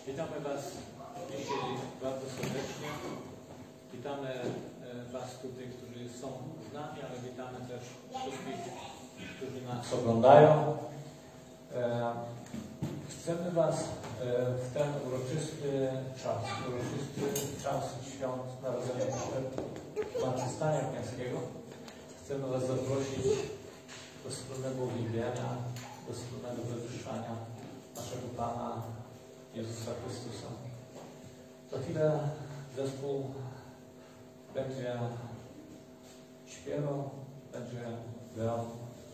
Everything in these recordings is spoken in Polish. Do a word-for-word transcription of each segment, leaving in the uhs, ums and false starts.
Witamy Was dzisiaj bardzo serdecznie. Witamy Was tutaj, którzy są z nami, ale witamy też wszystkich, którzy nas oglądają. Chcemy Was w ten uroczysty czas, uroczysty czas świąt Narodzenia Zmartwychwstania Pańskiego, chcemy Was zaprosić do wspólnego uwielbiania, do wspólnego wywyższania naszego Pana Jezusa Chrystusa. Za chwilę zespół będzie śpiewał, będzie grał,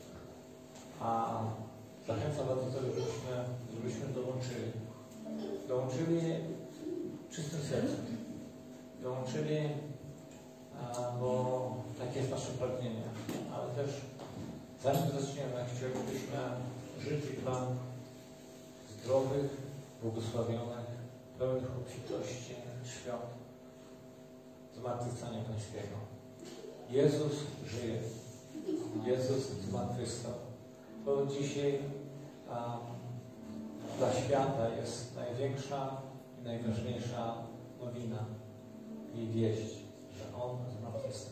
a zachęcam Was do tego, żebyśmy, żebyśmy dołączyli. Dołączyli czystym sercem. Dołączyli, bo takie jest nasze pragnienie. Ale też zanim zaczniemy, chcielibyśmy życzyć Wam zdrowych, błogosławionych, pełnych obfitości świąt Zmartwychwstania Pańskiego. Jezus żyje. Jezus zmartwychwstał. To dzisiaj a, dla świata jest największa i najważniejsza nowina i wieść, że On zmartwychwstał.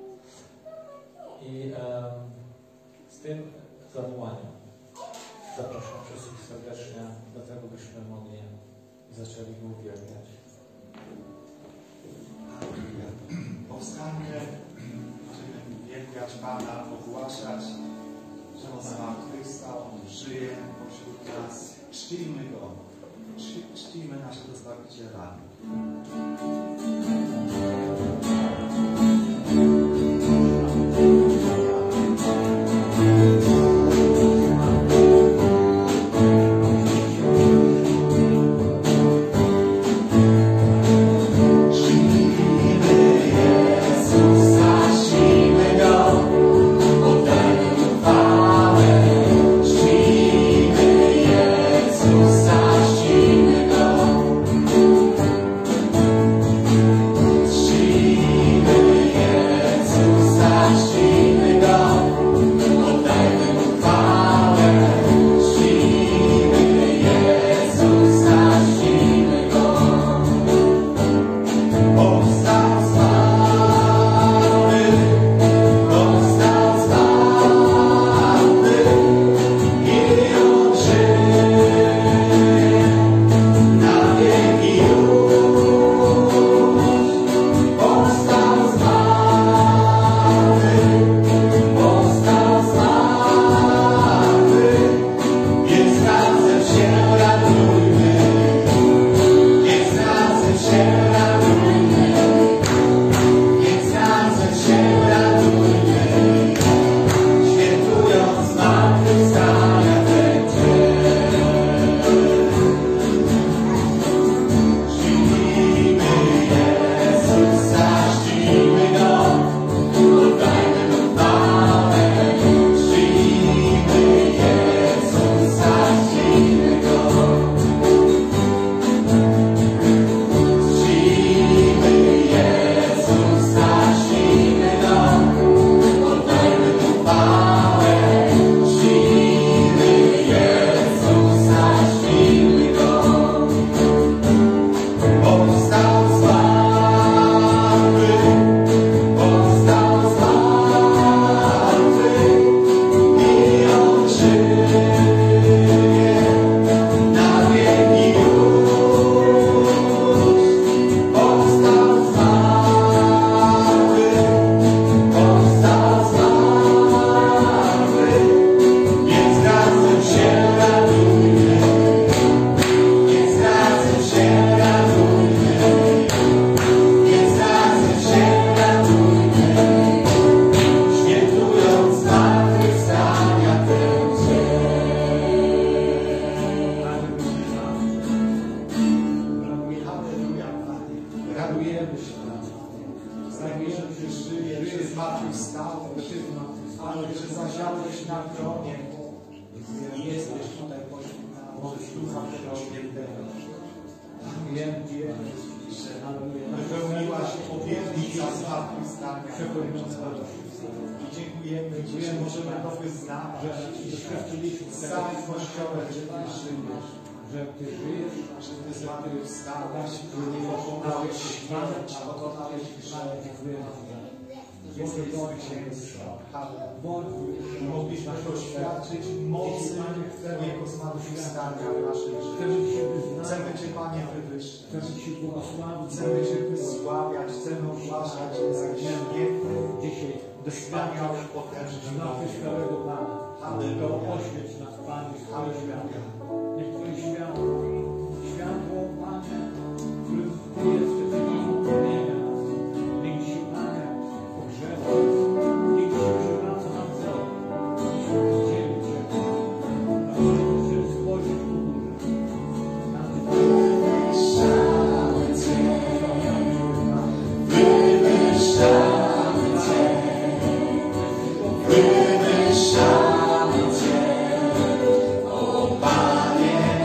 I e, z tym zawołaniem zapraszam wszystkich serdecznie do tego, byśmy mogli i zaczęli Go uwielbiać. Powstańmy, żeby uwielbiać Pana, ogłaszać, że On zmartwychwstał, On żyje pośród nas. Czcijmy Go, czcijmy naszego Zbawiciela. Wypełniła się obietnica zmartwychwstania. I dziękujemy Ci, że możemy to wyznawać, że doświadczyliśmy w całym Kościele, że Ty żyjesz, że Ty żyjesz, że Ty zmarłych wstałeś, nie pokonałeś śmierć, a pokonałeś grzech. Jesteś zwycięzcą. Mogliśmy doświadczyć mocy Twojego zmartwychwstania w naszym życiu. Chcemy Cię, Panie, wywyższyć. Chcemy Cię wysławiać, chcemy ogłaszać Cię za święty, wspaniały, potężny Bóg. Halleluja. Halleluja. Niech Twoje światło, światło, Panie, którym Ty jesteś, zmienia nas. Niech się, Panie, pogrzewa. Niech się przywraca nam wzrok. Niech się dzieli Cię. Niech się spojrzeć ku górze. Na Ty, Wywyższamy Cię, wywyższamy Cię, wywyższamy Cię, o Panie.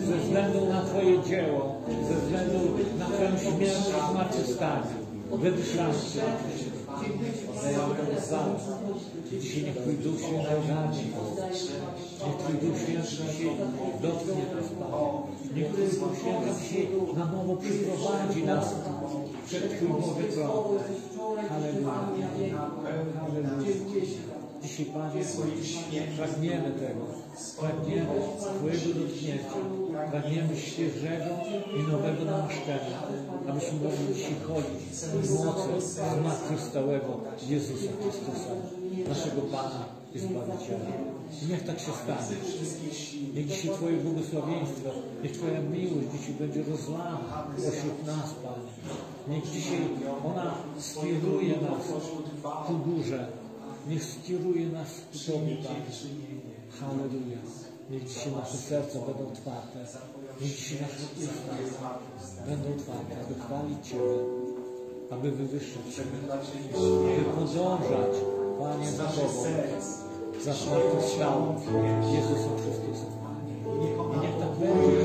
ze względu na Twoje dzieło, ze względu na Twoją śmierć i zmartwychwstanie. Wywyższamy Cię. Oddajemy chwałę. Dzisiaj niech Twój Duch Święty ogarnie. Niech Twój Duch Święty dzisiaj dotknie nas, Panie. Niech Twój Duch Święty dzisiaj na nowo przyprowadzi nas przed Twój Boży tron. Halleluja. Halleluja. Dzisiaj, Panie, pragniemy tego. Pragniemy Twojego dotknięcia. Pragniemy świeżego i nowego namaszczenia, abyśmy mogli dzisiaj chodzić w mocy zmartwychwstałego Jezusa Chrystusa, naszego Pana i Zbawiciela. I niech tak się stanie. Niech dzisiaj Twoje błogosławieństwo, niech Twoja miłość dzisiaj będzie rozlana pośród nas, Panie. Niech dzisiaj ona skieruje nas ku górze. Niech skieruje nas ku Tobie, Panie. Halleluja. Niech dzisiaj nasze serca będą otwarte. Niech dzisiaj nasze usta będą otwarte, aby chwalić Ciebie, aby wywyższyć Ciebie, aby podążać, Panie, za Tobą, za zmartwychwstałym Jezusem Chrystusem. I niech tak będzie.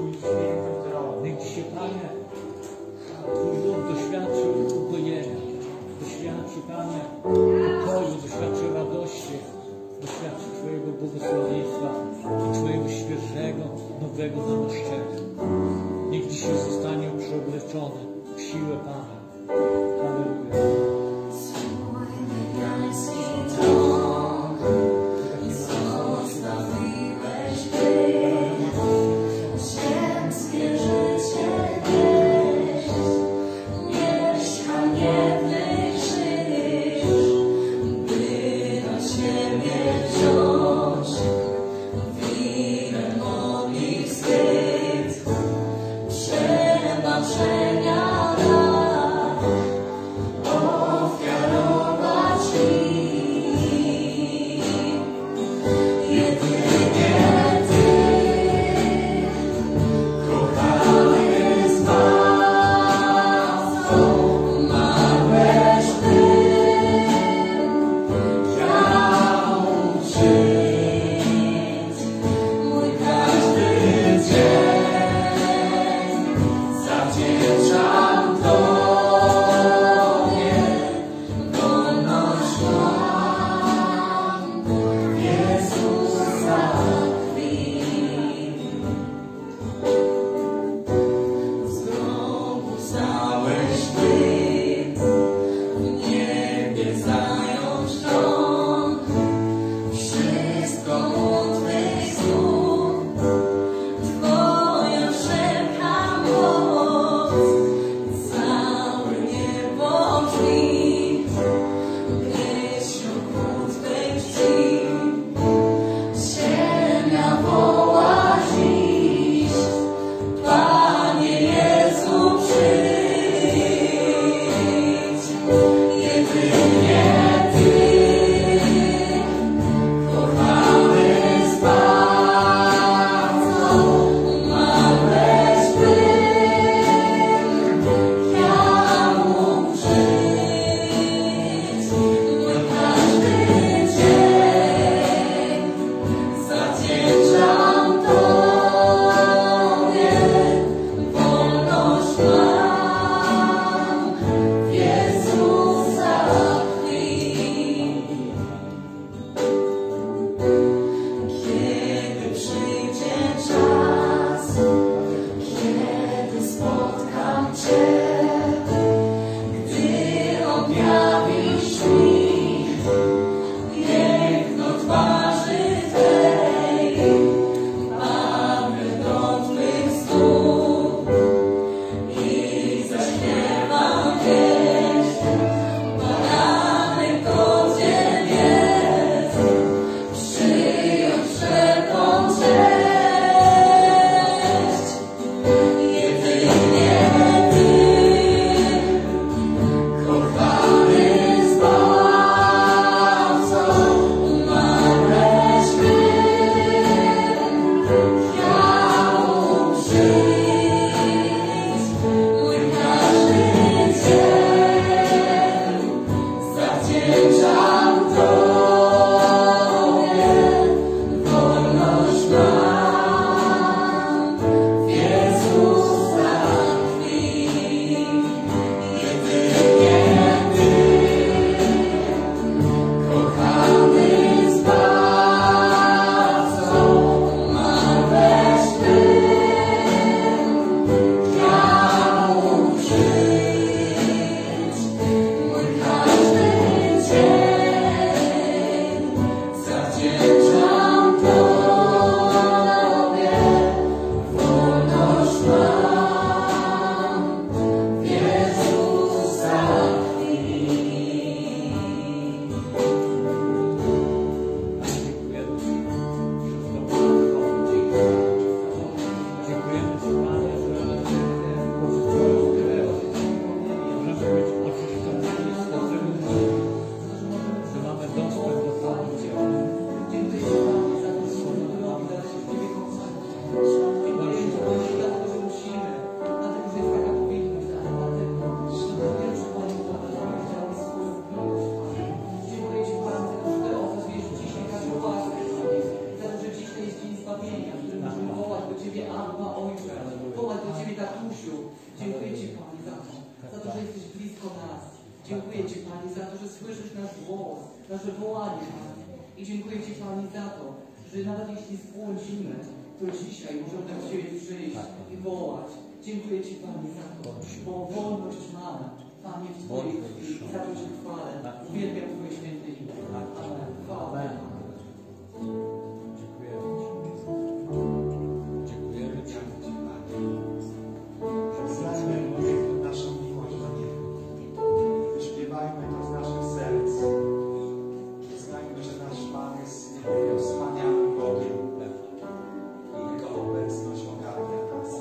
Niech dzisiaj, Panie, Twój lud doświadczy ukojenia, doświadczy, Panie, pokoju, doświadczy radości, doświadczy Twojego błogosławieństwa i Twojego świeżego, nowego namaszczenia. Niech dzisiaj zostanie przeobleczony w siłę Pana. Halleluja. Przebaczenia. że jesteś blisko nas. Dziękuję Ci, Panie, za to, że słyszysz nasz głos, nasze wołanie, Panie. I dziękuję Ci, Panie, za to, że nawet jeśli zbłądzimy, to dzisiaj możemy do Ciebie przyjść i wołać. Dziękuję Ci, Panie, za to, bo wolność mamy, Panie, w Twojej chwili. I za to Cię chwalę. Uwielbiam Twoje święte imię. Amen. Chwała. Dziękujemy Ci. Dziękujemy Ci. Znajmy naszą miłość do Niego. Śpiewajmy to z naszych serc. Znajmy, że nasz Pan jest wspaniałym Bogiem. I Jego obecność ogarnia nas.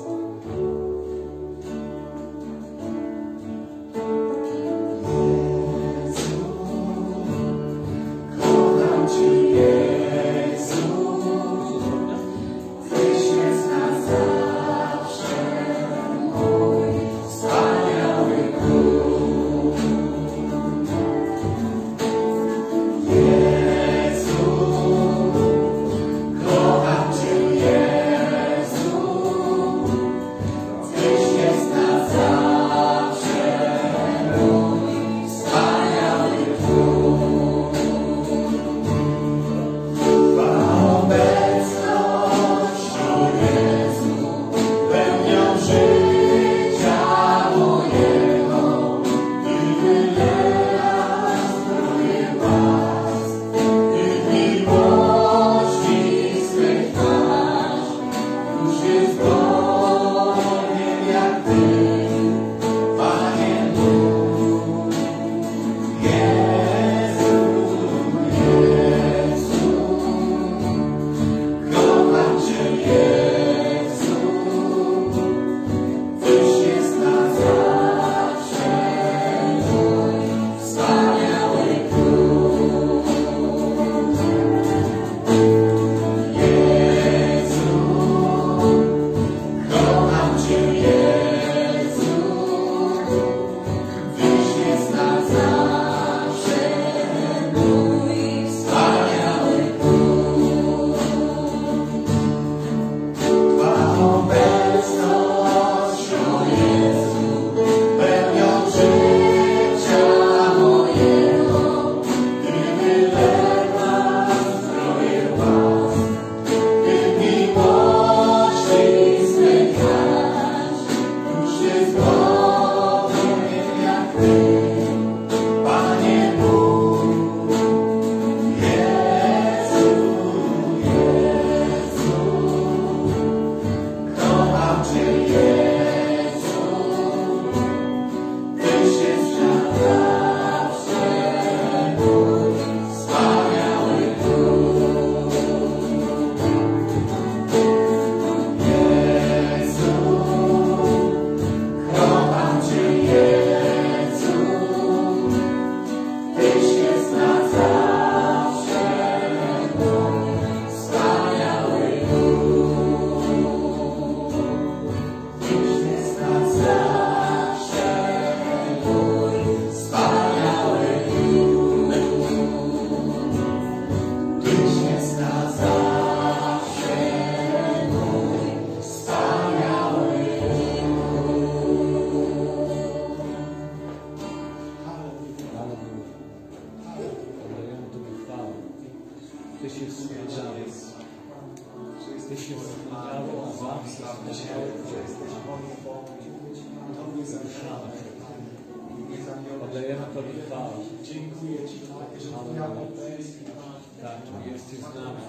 Oddajemy Tobie chwałę. Dziękuję Ci, Panie, że Twoja obecność Tak, jesteś z nami.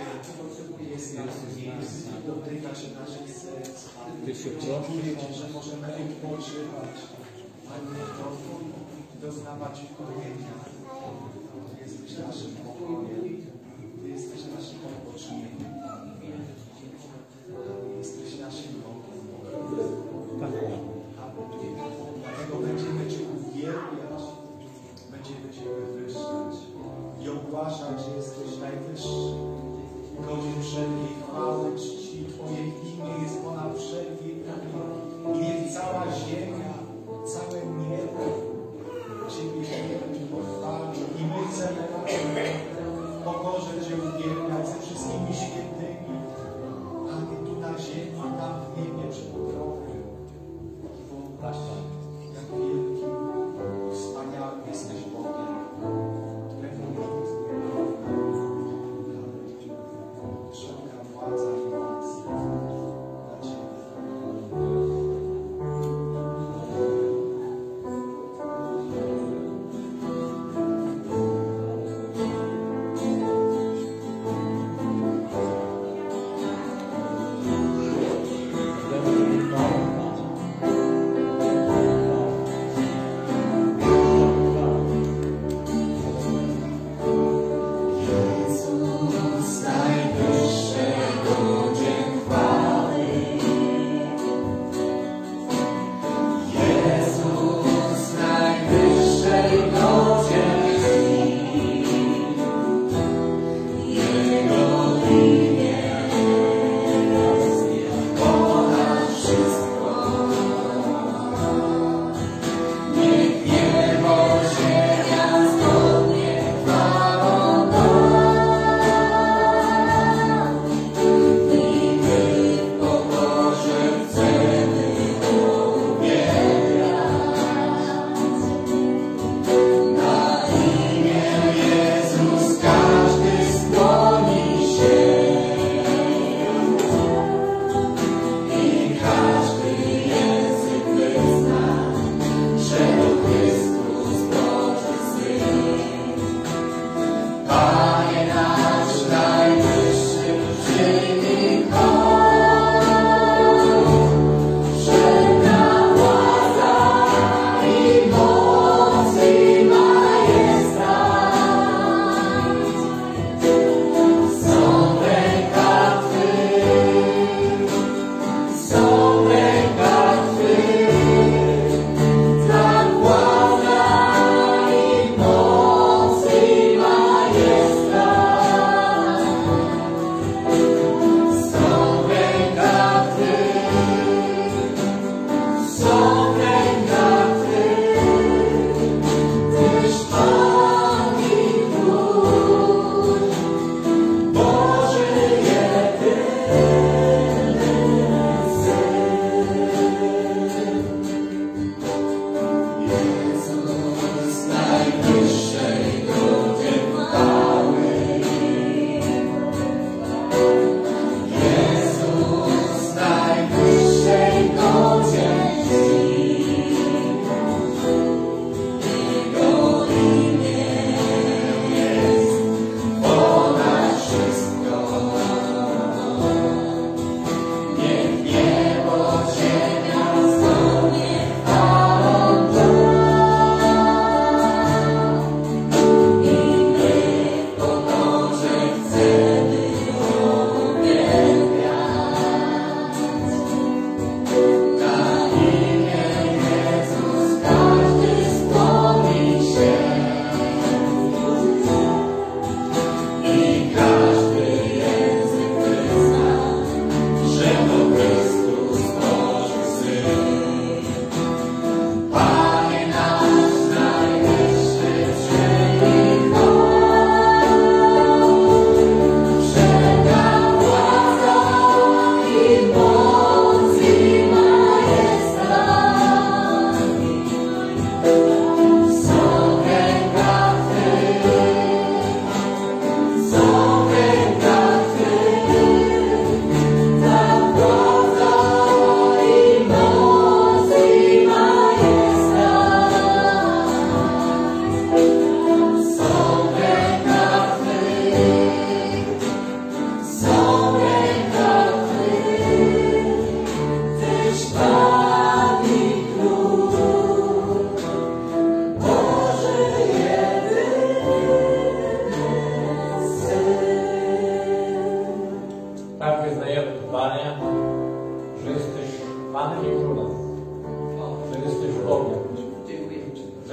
jest na miejscu i dotyka się naszych serc. Ty się Dziękuję Ci, proszę. że możemy odpoczywać. Panie, doznawać ukojenia. Ty jesteś naszym pokojem. Ty jesteś naszym odpocznieniem. Ty jesteś naszym Bogiem. Tak. Dlatego będziemy Cię uwielbiać, będziemy Cię wywyższać i ogłaszać, że jesteś najwyższy. Godzin wszelkiej chwały, czci, Twoje imię jest ponad wszelkie imię. Niech cała ziemia, całe niebo Ciebie będzie pochwalić i my chcemy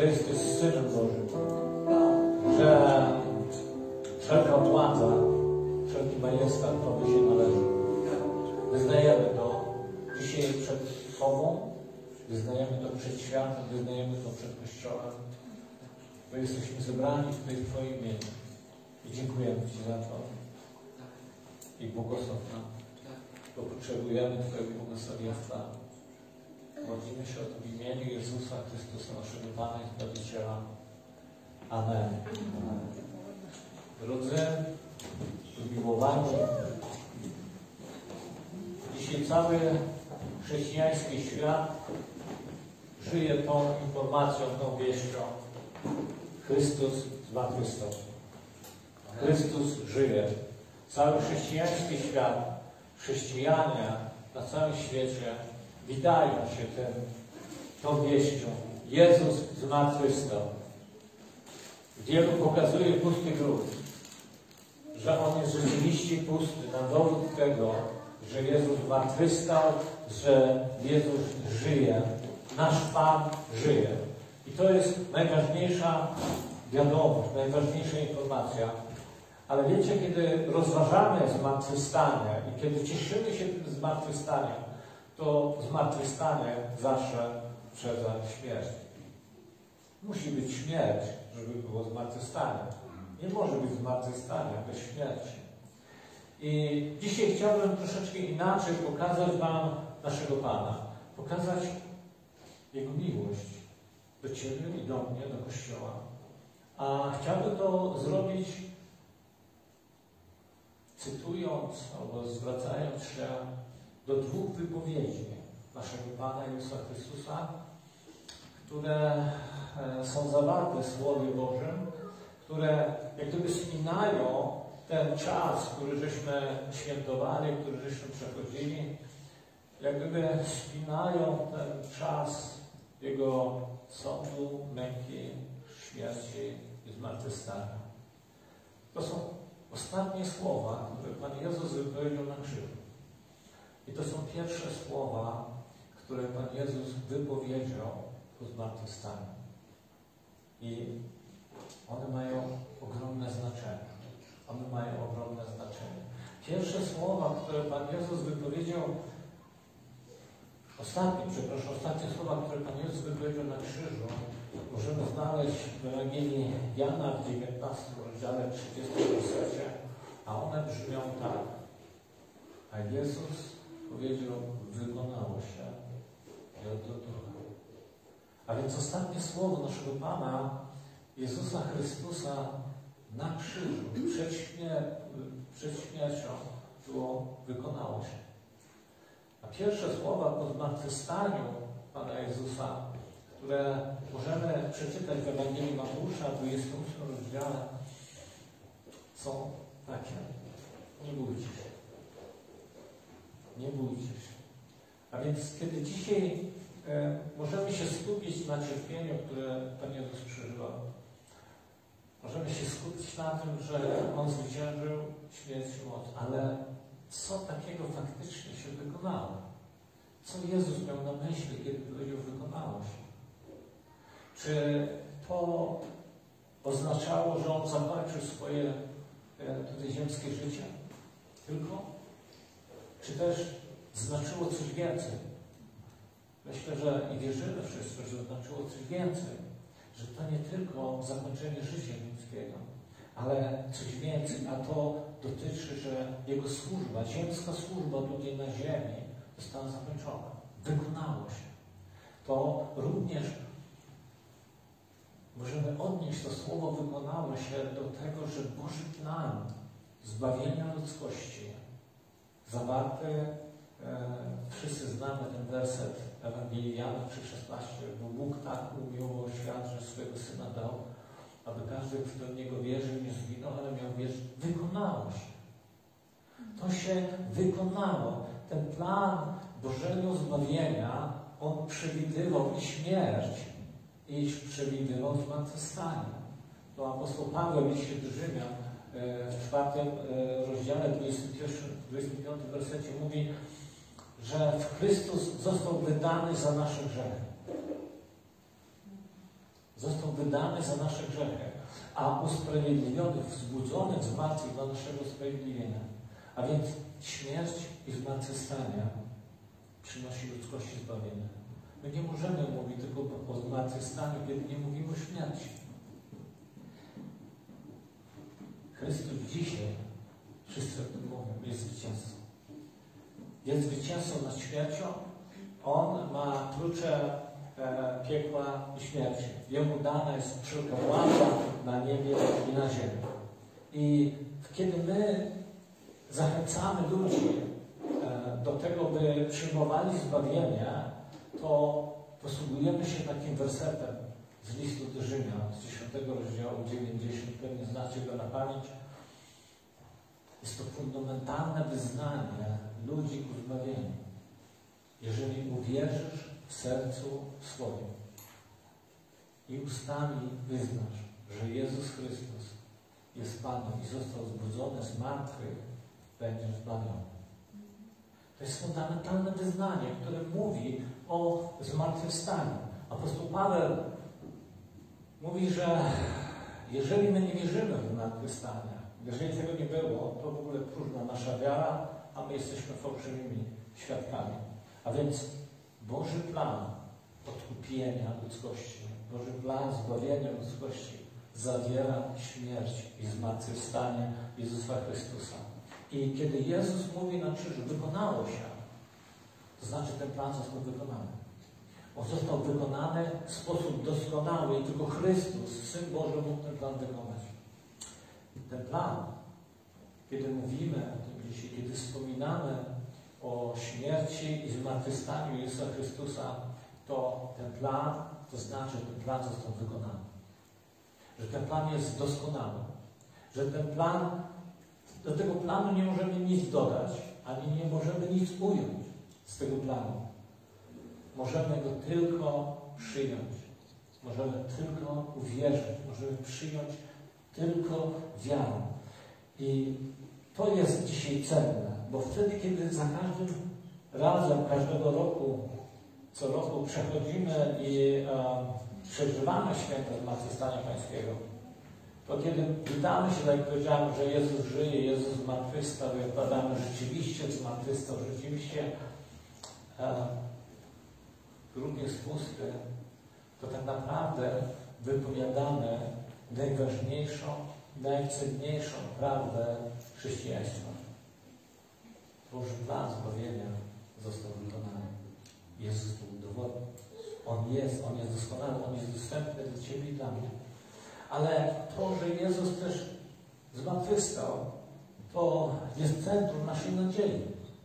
jesteś Synem Bożym, że wszelka władza, wszelki majestat Tobie się należy. Wyznajemy to dzisiaj przed Tobą, wyznajemy to przed światem, wyznajemy to przed Kościołem, bo jesteśmy zebrani tutaj w Twoim imieniu. I dziękujemy Ci za to. I błogosław nam, bo potrzebujemy Twojego błogosławieństwa. Modlimy się o to w imieniu Jezusa Chrystusa, naszego Pana i Zbawiciela. Amen. Drodzy, umiłowani, dzisiaj cały chrześcijański świat żyje tą informacją, tą wieścią. Chrystus zmartwychwstał. Chrystus żyje. Cały chrześcijański świat, chrześcijanie na całym świecie witają się tym, tą wieścią. Jezus zmartwychwstał. Wielu pokazuje pusty grób, że on jest rzeczywiście pusty, na dowód tego, że Jezus zmartwychwstał, że Jezus żyje. Nasz Pan żyje. I to jest najważniejsza wiadomość, najważniejsza informacja. Ale wiecie, kiedy rozważamy zmartwychwstanie i kiedy cieszymy się tym zmartwychwstaniem, to zmartwychwstanie zawsze uprzedza śmierć. Musi być śmierć, żeby było zmartwychwstanie. Nie może być zmartwychwstania bez śmierci. I dzisiaj chciałbym troszeczkę inaczej pokazać Wam naszego Pana. Pokazać Jego miłość do Ciebie i do mnie, do Kościoła. A chciałbym to zrobić cytując albo zwracając się do dwóch wypowiedzi naszego Pana Jezusa Chrystusa, które są zawarte w Słowie Bożym, które jak gdyby spinają ten czas, który żeśmy świętowali, który żeśmy przechodzili, jak gdyby spinają ten czas Jego sądu, męki, śmierci i zmartwychwstania. To są ostatnie słowa, które Pan Jezus wypowiedział na krzyżu. I to są pierwsze słowa, które Pan Jezus wypowiedział po zmartwychwstaniu. I one mają ogromne znaczenie. One mają ogromne znaczenie. Pierwsze słowa, które Pan Jezus wypowiedział, ostatnie, przepraszam, ostatnie słowa, które Pan Jezus wypowiedział na krzyżu, możemy znaleźć w Ewangelii Jana w dziewiętnastym rozdziale trzydziestym wersecie, a one brzmią tak. A Jezus powiedział, wykonało się i oddał ducha. A więc ostatnie słowo naszego Pana Jezusa Chrystusa na krzyżu, przed, śmier przed śmiercią było wykonało się. A pierwsze słowa po zmartwychwstaniu Pana Jezusa, które możemy przeczytać w Ewangelii Mateusza w dwudziestym ósmym rozdziale, są takie. Nie bójcie się. Nie bójcie się. A więc kiedy dzisiaj e, możemy się skupić na cierpieniu, które Pan Jezus przeżywał, możemy się skupić na tym, że On zwyciężył śmierć i moc, ale co takiego faktycznie się wykonało? Co Jezus miał na myśli, kiedy powiedział, wykonało się? Czy to oznaczało, że On zakończył swoje e, tutaj ziemskie życie? Tylko? Czy też znaczyło coś więcej? Myślę, że i wierzymy wszyscy, że znaczyło coś więcej. Że to nie tylko zakończenie życia ludzkiego, ale coś więcej, a to dotyczy, że Jego służba, ziemska służba tutaj na ziemi została zakończona. Wykonało się. To również możemy odnieść to słowo wykonało się do tego, że Boży plan zbawienia ludzkości zawarty, e, wszyscy znamy ten werset Ewangelii Jana trzy szesnaście, bo Bóg tak umiłował świat, że swojego Syna dał, aby każdy, kto w Niego wierzył, nie zginął, ale miał wierzyć. Wykonało się. To się wykonało. Ten plan Bożego zbawienia, on przewidywał i śmierć, i przewidywał zmartwychwstanie. To apostoł Paweł w liście do Rzymian w czwartym rozdziale dwudziestym pierwszym, dwudziestym piątym wersecie mówi, że w Chrystus został wydany za nasze grzechy. Został wydany za nasze grzechy, a usprawiedliwiony, wzbudzony z martwych dla naszego usprawiedliwienia. A więc śmierć i zmartwychwstanie przynosi ludzkości zbawienie. My nie możemy mówić tylko o zmartwychwstaniu, kiedy nie mówimy o śmierci. Chrystus dzisiaj, wszyscy o tym mówią, jest zwycięzcą. Jest zwycięzcą nad śmiercią. On ma klucze e, piekła i śmierci. Jemu dana jest wszelka władza na niebie i na ziemi. I kiedy my zachęcamy ludzi e, do tego, by przyjmowali zbawienie, to posługujemy się takim wersetem z listu do Rzymian, z dziesiątego rozdziału dziewięćdziesiąt, pewnie znacie go na pamięć. Jest to fundamentalne wyznanie ludzi ku zbawieniu. Jeżeli uwierzysz w sercu swoim i ustami wyznasz, że Jezus Chrystus jest Panem i został zbudzony z martwych, będziesz zbawiony. To jest fundamentalne wyznanie, które mówi o zmartwychwstaniu. Apostoł Paweł mówi, że jeżeli my nie wierzymy w zmartwychwstanie, jeżeli tego nie było, to w ogóle próżna nasza wiara, a my jesteśmy fałszywymi świadkami. A więc Boży plan odkupienia ludzkości, Boży plan zbawienia ludzkości zawiera śmierć i zmartwychwstanie Jezusa Chrystusa. I kiedy Jezus mówi na krzyżu, wykonało się, to znaczy ten plan został wykonany. On został wykonany w sposób doskonały i tylko Chrystus, Syn Boży, mógł ten plan wykonać. Ten plan, kiedy mówimy o tym dzisiaj, kiedy wspominamy o śmierci i zmartwychwstaniu Jezusa Chrystusa, to ten plan, to znaczy, że ten plan został wykonany. Że ten plan jest doskonały. Że ten plan, do tego planu nie możemy nic dodać, ani nie możemy nic ująć z tego planu. Możemy go tylko przyjąć. Możemy tylko uwierzyć. Możemy przyjąć tylko wiarą. I to jest dzisiaj cenne, bo wtedy, kiedy za każdym razem, każdego roku, co roku przechodzimy i e, przeżywamy święto Zmartwychwstania Pańskiego, to kiedy witamy się, tak jak powiedziałem, że Jezus żyje, Jezus zmartwychwstał i odpowiadamy, rzeczywiście zmartwychwstał, rzeczywiście e, grób jest pusty, to tak naprawdę wypowiadamy najważniejszą, najcenniejszą prawdę chrześcijaństwa. Boży plan zbawienia został wykonany. Jezus to udowodnił. On jest, On jest doskonały, On jest dostępny dla Ciebie i dla mnie. Ale to, że Jezus też zmartwychwstał, to jest centrum naszej nadziei.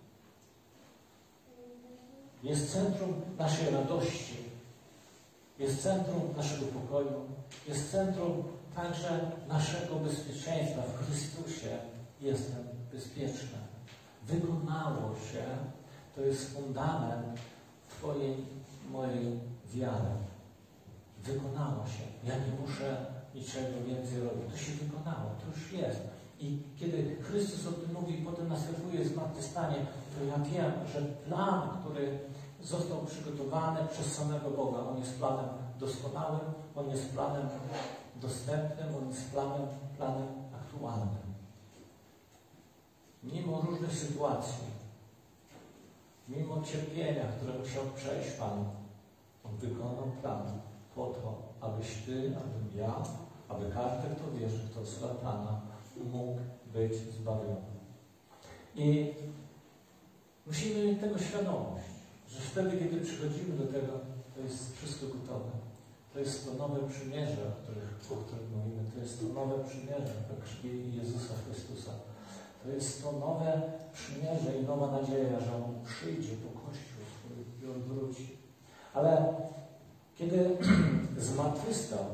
Jest centrum naszej radości. Jest centrum naszego pokoju. Jest centrum także naszego bezpieczeństwa. W Chrystusie jestem bezpieczny. Wykonało się. To jest fundament Twojej, mojej wiary. Wykonało się. Ja nie muszę niczego więcej robić. To się wykonało. To już jest. I kiedy Chrystus o tym mówi i potem następuje zmartwychwstanie, to ja wiem, że plan, który został przygotowany przez samego Boga, on jest planem doskonałym, on jest planem dostępnym, on jest planem, planem aktualnym. Mimo różnych sytuacji, mimo cierpienia, które musiał przejść Pan, on wykonał plan po to, abyś Ty, abym ja, aby każdy, kto wierzy w to słowa Pana, mógł być zbawiony. I musimy mieć tego świadomość, że wtedy, kiedy przychodzimy do tego, to jest wszystko gotowe. To jest to nowe przymierze, o którym, o którym mówimy. To jest to nowe przymierze we krwi Jezusa Chrystusa. To jest to nowe przymierze i nowa nadzieja, że On przyjdzie po Kościół swój i On wróci. Ale kiedy zmartwychwstał,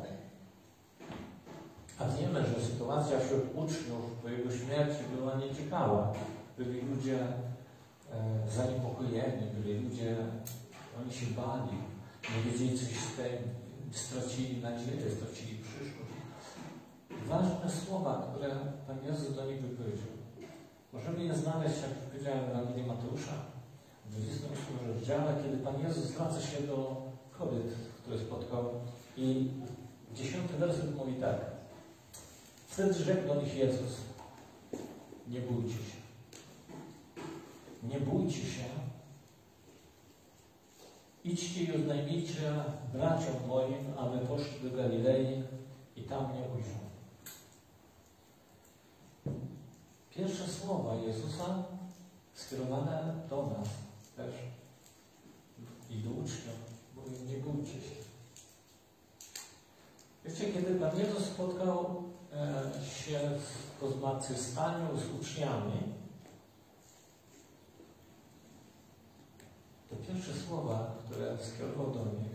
a wiemy, że sytuacja wśród uczniów po Jego śmierci była nieciekawa. Byli ludzie e, zaniepokojeni, byli ludzie, oni się bali, nie wiedzieli coś z tym, stracili nadzieję, stracili przyszłość. Ważne słowa, które Pan Jezus do nich wypowiedział. Możemy je znaleźć, jak powiedziałem, w Ewangelii Mateusza, w dwudziestym ósmym rozdziale, kiedy Pan Jezus zwraca się do kobiet, które spotkał i dziesiąty werset mówi tak. Wtedy rzekł do nich Jezus: nie bójcie się. Nie bójcie się. Idźcie i oznajmijcie braciom moim, aby poszli do Galilei i tam mnie ujrzą. Pierwsze słowa Jezusa skierowane do nas też i do uczniów, mówią: nie bójcie się. Wiecie, kiedy Pan Jezus spotkał e, się po zmartwychwstaniu z uczniami, to pierwsze słowa, które skierował do nich,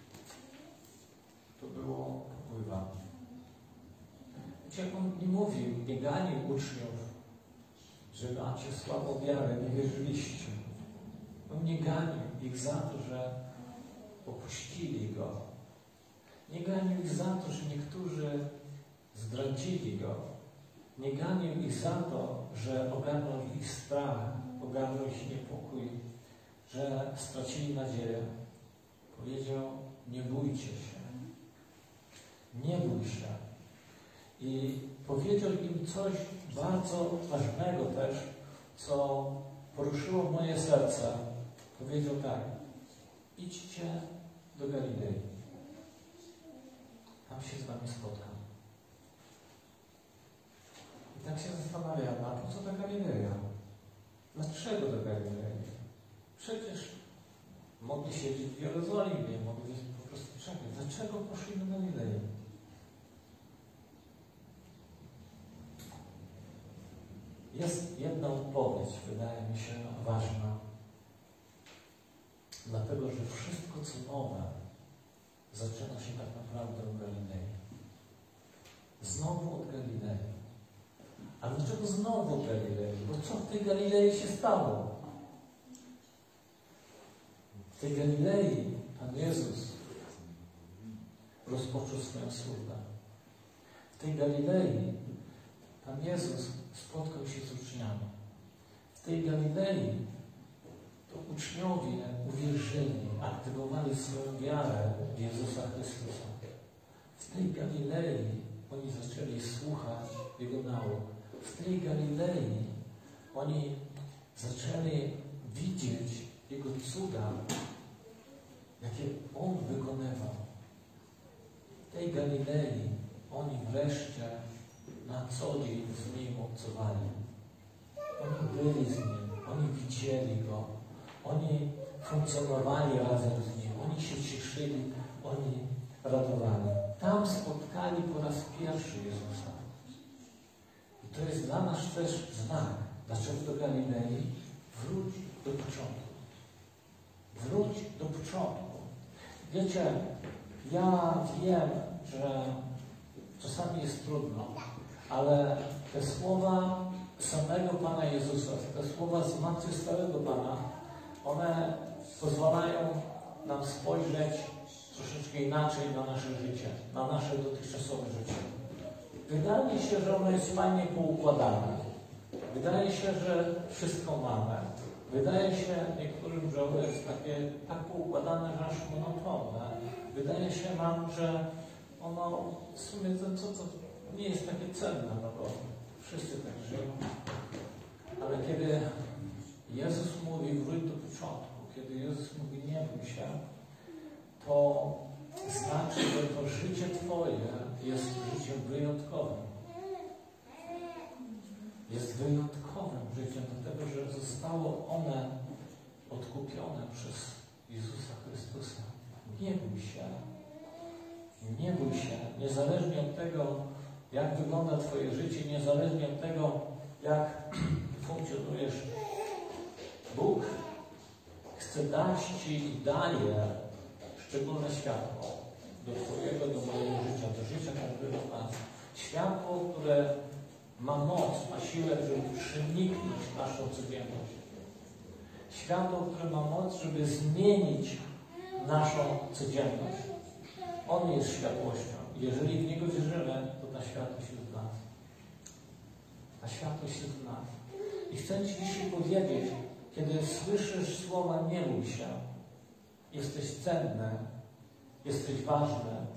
to było: pływamy. Wiecie, On nie mówił: nie ganił uczniów, że macie słabą wiarę, nie wierzyliście. On nie ganił ich za to, że opuścili Go. Nie ganił ich za to, że niektórzy zdradzili Go. Nie ganił ich za to, że ogarnął ich strach, ogarnął ich niepokój, że stracili nadzieję. Powiedział: nie bójcie się. Nie bój się. I powiedział im coś bardzo ważnego też, co poruszyło moje serce. Powiedział tak: idźcie do Galilei. Tam się z wami spotkam. I tak się zastanawiam, a po co do Galileja? Dlaczego do Galilei? Przecież mogli siedzieć w Jerozolimie, mogli po prostu czekać. Dlaczego poszli do Galilei? Jest jedna odpowiedź, wydaje mi się ważna. Dlatego, że wszystko co nowe zaczyna się tak naprawdę od Galilei. Znowu od Galilei. A dlaczego znowu od Galilei? Bo co w tej Galilei się stało? W tej Galilei Pan Jezus rozpoczął swoją służbę. W tej Galilei Pan Jezus spotkał się z uczniami. W tej Galilei to uczniowie uwierzyli, aktywowali swoją wiarę w Jezusa Chrystusa. W tej Galilei oni zaczęli słuchać Jego nauk. W tej Galilei oni zaczęli widzieć Jego cuda, jakie On wykonywał. W tej Galilei oni wreszcie na co dzień z Nim obcowali. Oni byli z Nim, oni widzieli Go, oni funkcjonowali razem z Nim, oni się cieszyli, oni radowali. Tam spotkali po raz pierwszy Jezusa. I to jest dla nas też znak. Dlaczego do Galilei? Wróć do początku. Wróć do początku. Wiecie, ja wiem, że czasami jest trudno, ale te słowa samego Pana Jezusa, te słowa zmartwychwstałego Pana, one pozwalają nam spojrzeć troszeczkę inaczej na nasze życie, na nasze dotychczasowe życie. Wydaje się, że ono jest fajnie poukładane. Wydaje się, że wszystko mamy. Wydaje się niektórym, że ono jest takie tak poukładane, że aż monotonne. Wydaje się nam, że ono w sumie to, to, to nie jest takie cenne, no bo wszyscy tak żyją. Ale kiedy Jezus mówi wróć do początku, kiedy Jezus mówi nie bój się, to znaczy, że to życie Twoje jest życiem wyjątkowym. Jest wyjątkowym życiem, dlatego że zostało one odkupione przez Jezusa Chrystusa. Nie bój się. Nie bój się. Niezależnie od tego, jak wygląda Twoje życie, niezależnie od tego, jak funkcjonujesz, Bóg chce dać Ci i daje szczególne światło do Twojego, do mojego życia, do życia każdego z nas. Światło, które ma moc, ma siłę, żeby przeniknąć naszą codzienność. Światło, które ma moc, żeby zmienić naszą codzienność. On jest światłością. Jeżeli w Niego wierzymy, to ta światłość jest w nas. Ta światłość jest w nas. I chcę Ci dzisiaj powiedzieć, kiedy słyszysz słowa nie bój się, jesteś cenny, jesteś ważny,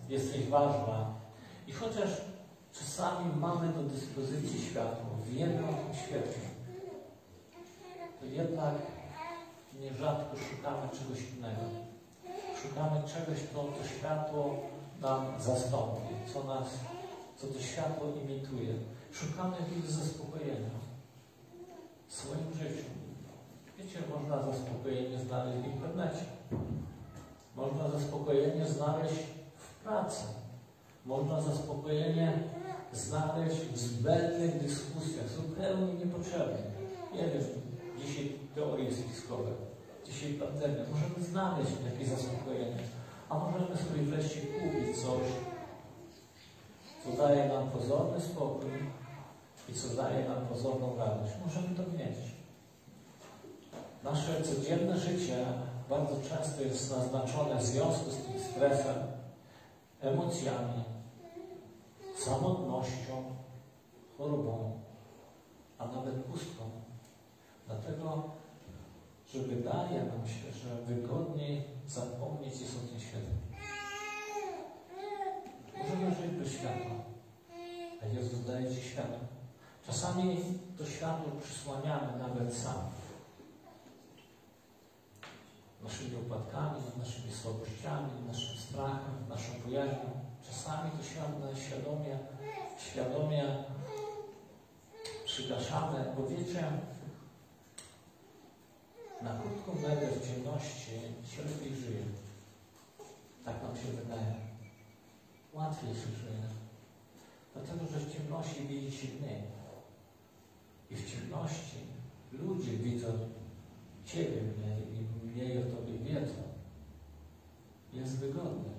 jesteś ważna. I chociaż czasami mamy do dyspozycji światło, wiemy o tym świetle, to jednak nierzadko szukamy czegoś innego. Szukamy czegoś, co to światło nam zastąpi, co nas, co to światło imituje. Szukamy jakiegoś zaspokojenia w swoim życiu. Wiecie, można zaspokojenie znaleźć w internecie. Można zaspokojenie znaleźć w pracy. Można zaspokojenie znaleźć w zbędnych dyskusjach, zupełnie niepotrzebnych. Nie wiem, dzisiaj teorie spiskowe, dzisiaj pandemia. Możemy znaleźć jakieś zaspokojenie, a możemy sobie wreszcie kupić coś, co daje nam pozorny spokój i co daje nam pozorną radość. Możemy to mieć. Nasze codzienne życie bardzo często jest naznaczone w związku z tym stresem, emocjami, samotnością, chorobą, a nawet pustką. Dlatego, że wydaje nam się, że wygodniej zapomnieć jest o tym świecie. Możemy żyć bez światła, a Jezus daje Ci światło. Czasami to światło przysłaniamy nawet sami. Naszymi upadkami, naszymi słabościami, naszym strachem, naszą bojaźnią. Czasami to światło świadomie, świadomie przygaszamy, bo wiecie, na krótką metę w ciemności się lepiej żyje. Tak nam się wydaje. Łatwiej się żyje. Dlatego, że w ciemności widzi się mniej. I w ciemności ludzie widzą Ciebie mniej i mniej o Tobie wiedzą. Jest wygodny.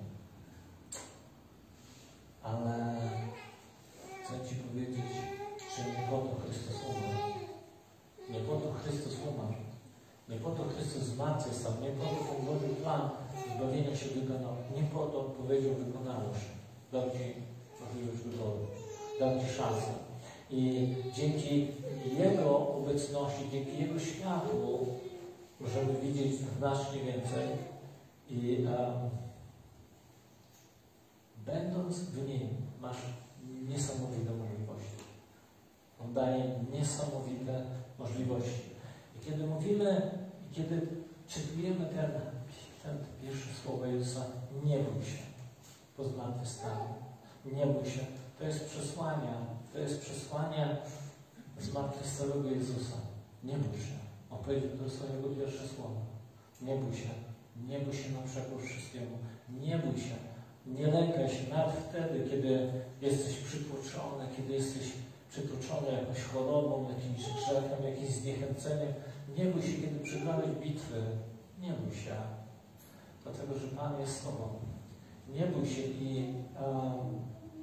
Ale chcę Ci powiedzieć, że nie po to Chrystus umarł. Nie po to Chrystus umarł. Nie po to Chrystus zmartwychwstał. Nie po to ten Boży plan zbawienia się wykonał. Nie po to powiedział, wykonało się. Dał Ci możliwość wyboru. Dał Ci szansę. I dzięki Jego obecności, dzięki Jego światłu możemy widzieć znacznie więcej. I um, będąc w Nim, masz niesamowite możliwości. On daje niesamowite możliwości. I kiedy mówimy, i kiedy czytujemy ten, ten pierwsze słowo Jezusa, nie bój się po zmartwychwstaniu. Nie bój się. To jest przesłanie, to jest przesłanie zmartwychwstałego Jezusa. Nie bój się. On powiedział, to są Jego pierwsze słowa. Nie bój się. Nie bój się na przekór wszystkiemu. Nie bój się. Nie lękaj się nawet wtedy, kiedy jesteś przytłoczony, kiedy jesteś przytłoczony jakąś chorobą, jakimś grzechem, jakimś zniechęceniem. Nie bój się, kiedy przegrałeś bitwy. Nie bój się. Dlatego, że Pan jest z Tobą. Nie bój się i um,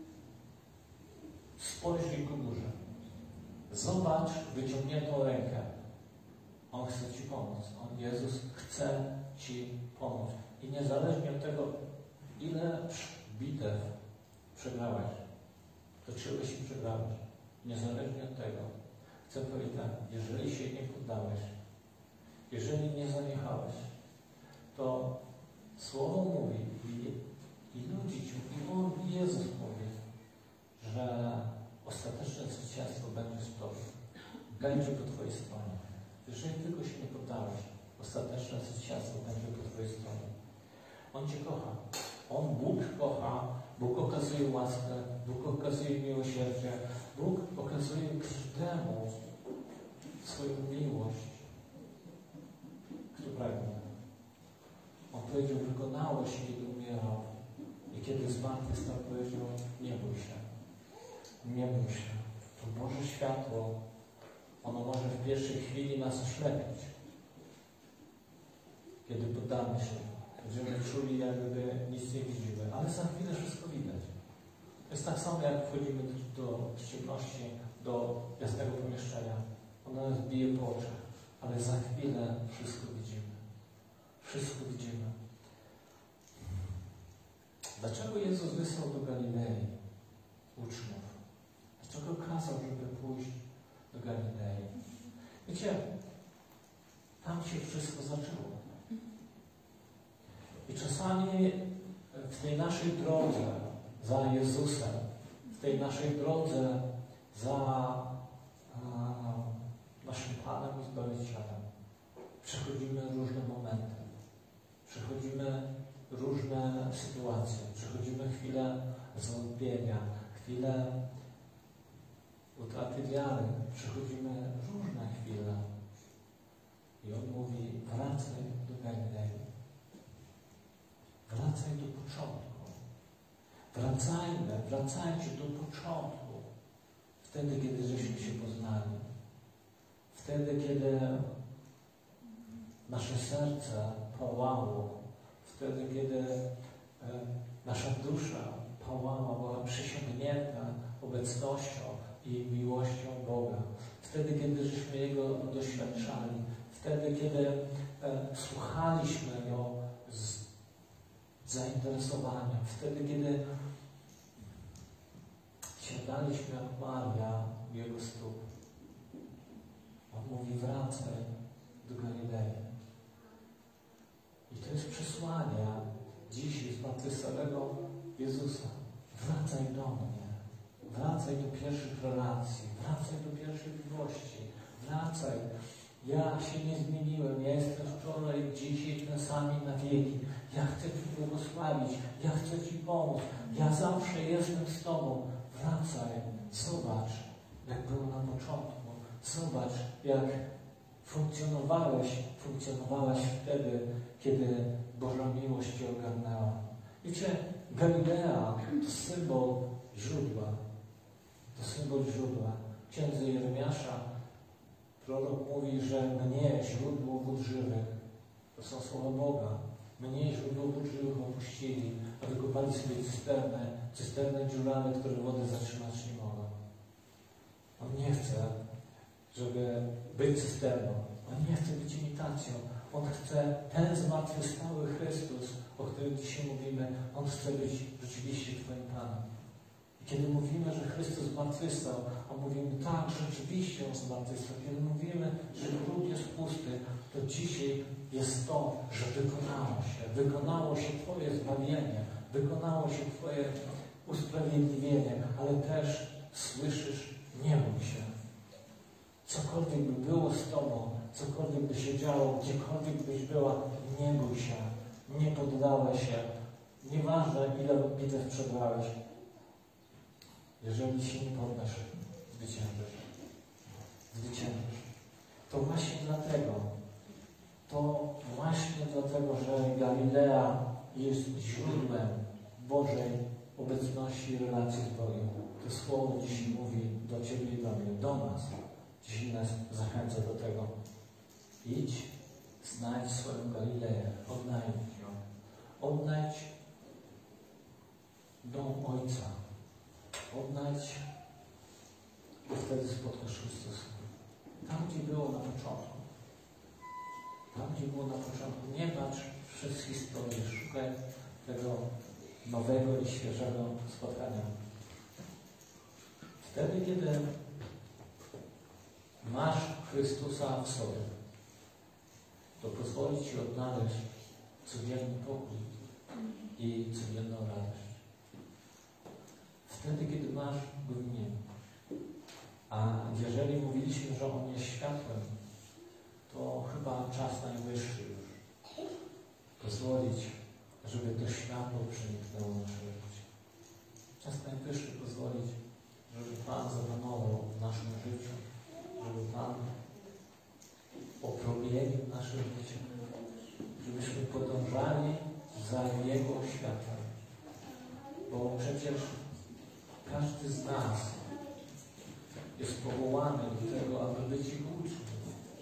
spojrzyj ku górze. Zobacz wyciągniętą rękę. On chce Ci pomóc. On, Jezus, chce Ci pomóc. I niezależnie od tego, ile bitew przegrałeś, toczyłeś i przegrałeś, niezależnie od tego, chcę powiedzieć tak, jeżeli się nie poddałeś, jeżeli nie zaniechałeś, to Słowo mówi i, i ludzi Ci, i On, i Jezus mówi, że ostateczne zwycięstwo będzie z Tobą. Będzie po Twojej stronie. Jeżeli tylko się nie poddałeś, ostateczne zwycięstwo będzie po Twojej stronie. On Cię kocha. On, Bóg kocha. Bóg okazuje łaskę. Bóg okazuje miłosierdzie. Bóg okazuje każdemu swoją miłość, kto pragnie. On powiedział, wykonało się, kiedy umierał. I kiedy zmartwychwstał, powiedział, nie bój się. Nie bój się. To Boże światło, ono może w pierwszej chwili nas oślepić. Kiedy poddamy się, będziemy czuli, jakby nic nie widzimy, ale za chwilę wszystko widać. To jest tak samo, jak wchodzimy do, do ciemności, do jasnego pomieszczenia. Ono nas bije po oczach, ale za chwilę wszystko widzimy. Wszystko widzimy. Dlaczego Jezus wysłał do Galilei uczniów? Dlaczego kazał, żeby pójść do Galilei? Wiecie, tam się wszystko zaczęło. I czasami w tej naszej drodze za Jezusem, w tej naszej drodze za a, naszym Panem i Zbawicielem przechodzimy różne momenty, przechodzimy różne sytuacje, przechodzimy chwilę zwątpienia, chwilę utraty wiary, przechodzimy różne chwile. I On mówi, wracaj do Galilei. Wracaj do początku. Wracajmy, wracajcie do początku. Wtedy, kiedy żeśmy się poznali. Wtedy, kiedy nasze serce pałało. Wtedy, kiedy e, nasza dusza pałała, była przysiągnięta obecnością i miłością Boga. Wtedy, kiedy żeśmy Jego doświadczali. Wtedy, kiedy e, słuchaliśmy Go z zainteresowaniem. Wtedy, kiedy siadaliśmy jak Maria u Jego stóp. On mówi, wracaj do Galilei. I to jest przesłanie dzisiaj zmartwychwstałego Jezusa. Wracaj do mnie. Wracaj do pierwszych relacji. Wracaj do pierwszej miłości. Wracaj. Ja się nie zmieniłem. Ja jestem wczoraj, dzisiaj ten sam i na wieki. Ja chcę Ci błogosławić. Ja chcę Ci pomóc. Ja zawsze jestem z Tobą. Wracaj. Zobacz, jak było na początku. Zobacz, jak funkcjonowałeś, funkcjonowałaś wtedy, kiedy Boża miłość Cię ogarnęła. Wiecie, Galilea to symbol źródła. To symbol źródła. W księdze Jeremiasza prorok mówi, że mnie, źródło wód żywych, to są słowa Boga, mnie, źródło wód żywych opuścili, a wykopali sobie cysternę, cysternę dziurawe, które wody zatrzymać nie mogą. On nie chce, żeby być cysterną. On nie chce być imitacją. On chce, ten zmartwychwstały Chrystus, o którym dzisiaj mówimy, On chce być rzeczywiście Twoim Panem. I kiedy mówimy, że Chrystus zmartwychwstał, a mówimy, tak, rzeczywiście On zmartwychwstał. Kiedy mówimy, że grób jest pusty, to dzisiaj jest to, że wykonało się. Wykonało się Twoje zbawienie. Wykonało się Twoje usprawiedliwienie. Ale też słyszysz, nie bój się. Cokolwiek by było z Tobą, cokolwiek by się działo, gdziekolwiek byś była, nie bój się, nie poddawaj się. Nieważne, ile bitew przegrałeś. Jeżeli się nie poddasz, zwyciężysz. Zwyciężysz. To właśnie dlatego, to właśnie dlatego, że Galilea jest źródłem Bożej obecności i relacji z Bogiem. To słowo dzisiaj mówi do Ciebie i do mnie, do nas. Dzisiaj nas zachęca do tego. Idź, znajdź swoją Galileę, odnajdź ją. Odnajdź dom Ojca. Odnajdź, bo wtedy spotkasz Chrystusa. Tam, gdzie było na początku. Tam, gdzie było na początku. Nie patrz przez historię. Szukaj tego nowego i świeżego spotkania. Wtedy, kiedy masz Chrystusa w sobie, to pozwoli Ci odnaleźć codzienny pokój i codzienną radość. Wtedy, kiedy masz Go w nim. A jeżeli mówiliśmy, że On jest światłem, to chyba czas najwyższy już pozwolić, żeby to światło przeniknęło nasze życie. Czas najwyższy pozwolić, żeby Pan zapanował w naszym życiu, żeby Pan opromienił nasze życie, żebyśmy podążali za Jego światłem. Bo przecież każdy z nas jest powołany do tego, aby być Jego uczniem.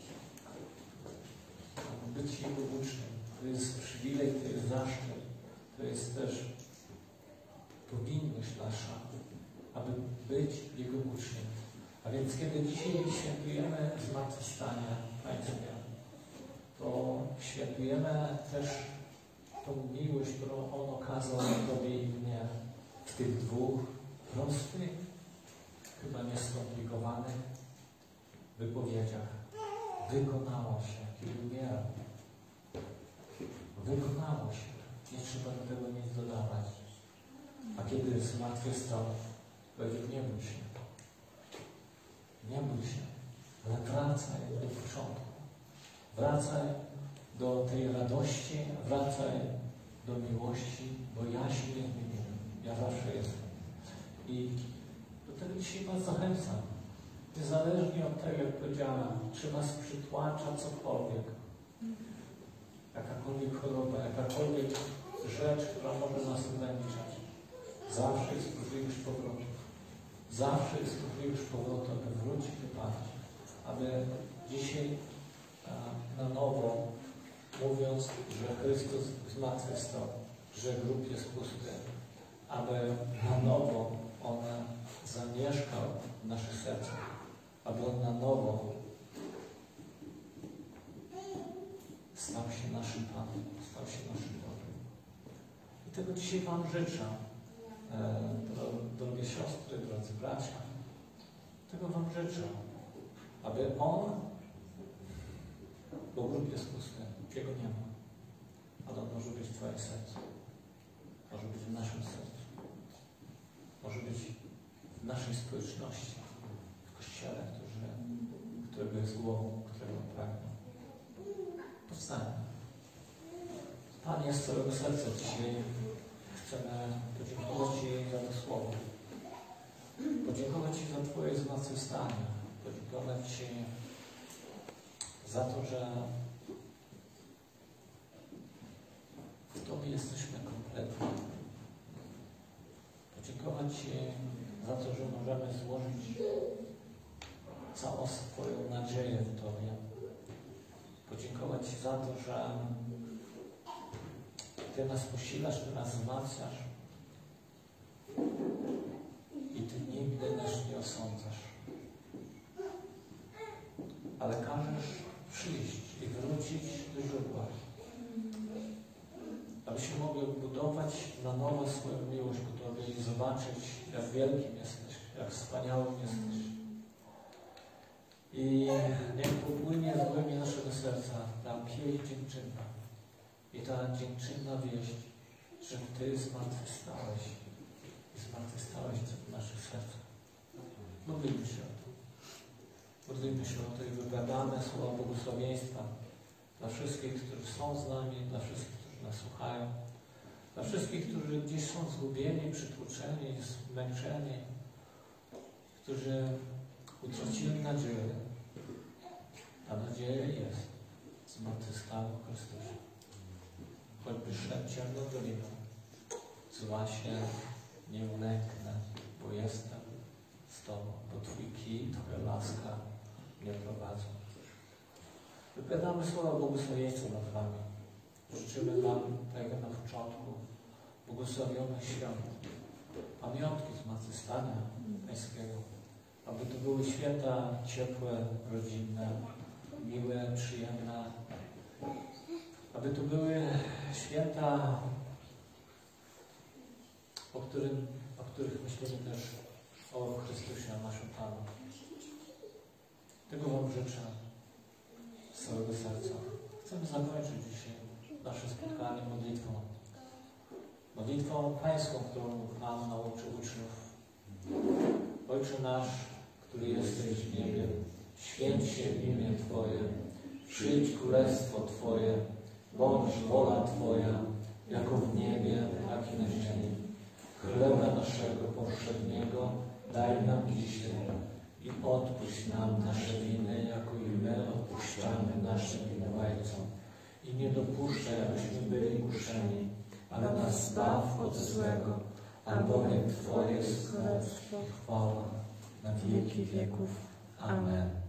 Aby być Jego uczniem. To jest przywilej, to jest zaszczyt, to jest też powinność nasza, aby być Jego uczniem. A więc kiedy dzisiaj świętujemy zmartwychwstanie Pańskie, to świętujemy też tą miłość, którą On okazał Tobie i mnie w tych dwóch prostych, chyba nieskomplikowanych wypowiedziach. Wykonało się, kiedy umierał. Wykonało się. Nie trzeba do tego nic dodawać. A kiedy zmartwychwstał, powiedział, nie bój się. Nie bój się, ale wracaj do początku. Wracaj do tej radości, wracaj do miłości, bo ja się nie zmieniłem. Ja zawsze jestem. I do tego dzisiaj Was zachęcam. Niezależnie od tego, jak powiedziałem, czy Was przytłacza cokolwiek, jakakolwiek choroba, jakakolwiek rzecz, która może nas ograniczać. Zawsze jest możliwość powrotu. Zawsze jest możliwość powrotu, aby wrócić do Pana. Aby dzisiaj a, na nowo, mówiąc, że Chrystus zmartwychwstał, że grób jest pusty, aby na nowo On zamieszkał w naszych sercach, aby On na nowo stał się naszym Panem, stał się naszym Bogiem. I tego dzisiaj Wam życzę, e, drogie siostry, drodzy bracia. Tego Wam życzę, aby On, bo grób jest pusty, Jego nie ma, ale On może być w Twoim sercu, może być w naszym sercu, może być w naszej społeczności, w Kościele, który, którego jest głową, którego pragnie. Powstańmy. Panie, z całego serca dzisiaj chcemy podziękować Ci za to słowo. Podziękować Ci za Twoje zmartwychwstanie. Podziękować Ci za to, że w Tobie jesteśmy kompletni. Podziękować Ci za to, że możemy złożyć całą swoją nadzieję w Tobie. Podziękować Ci za to, że Ty nas posilasz, Ty nas wzmacniasz i Ty nigdy nas nie osądzasz. Ale każesz przyjść i wrócić do źródła, abyśmy mogli budować na nowo swoją miłość ku Tobie i zobaczyć, jak wielkim jesteś, jak wspaniałym jesteś. I niech popłynie z głębi naszego serca ta pieśń dziękczynna. I ta dziękczynna wieść, że Ty zmartwychwstałeś i zmartwychwstałeś w naszych sercach. Modlimy się o to. Modlimy się o to i wypowiadamy słowa błogosławieństwa dla wszystkich, którzy są z nami, dla wszystkich, którzy nas słuchają, dla wszystkich, którzy gdzieś są zgubieni, przytłoczeni, zmęczeni, którzy utracili nadzieję. Ta nadzieja jest. Zmartwychwstał w Chrystusie. Choćby szedł ciemną doliną, zła się nie ulęknę, bo jestem z Tobą, bo Twój kij, Twoja łaska mnie prowadzą. Wypowiadamy słowa błogosławieństwa nad Wami. Życzymy Wam, tak jak na początku, błogosławionych świąt, pamiątki zmartwychwstania Pańskiego, aby to były święta ciepłe, rodzinne, miłe, przyjemne, aby to były święta, o, którym, o których myślimy też o Chrystusie, naszym Panu. Tego Wam życzę z całego serca. Chcemy zakończyć dzisiaj nasze spotkanie modlitwą. Modlitwą Pańską, którą Pan nauczył uczniów. Ojcze nasz, który jesteś w niebie, święć się imię Twoje, przyjdź królestwo Twoje, bądź wola Twoja, jako w niebie, tak i na ziemi. Chleba naszego powszedniego daj nam dzisiaj i odpuść nam nasze winy, jako i my odpuszczamy naszym winowajcom. I nie dopuszczaj, abyśmy byli kuszeni, ale nas zbaw od złego, albowiem Twoje jest królestwo i chwała na wieki wieków. Amen.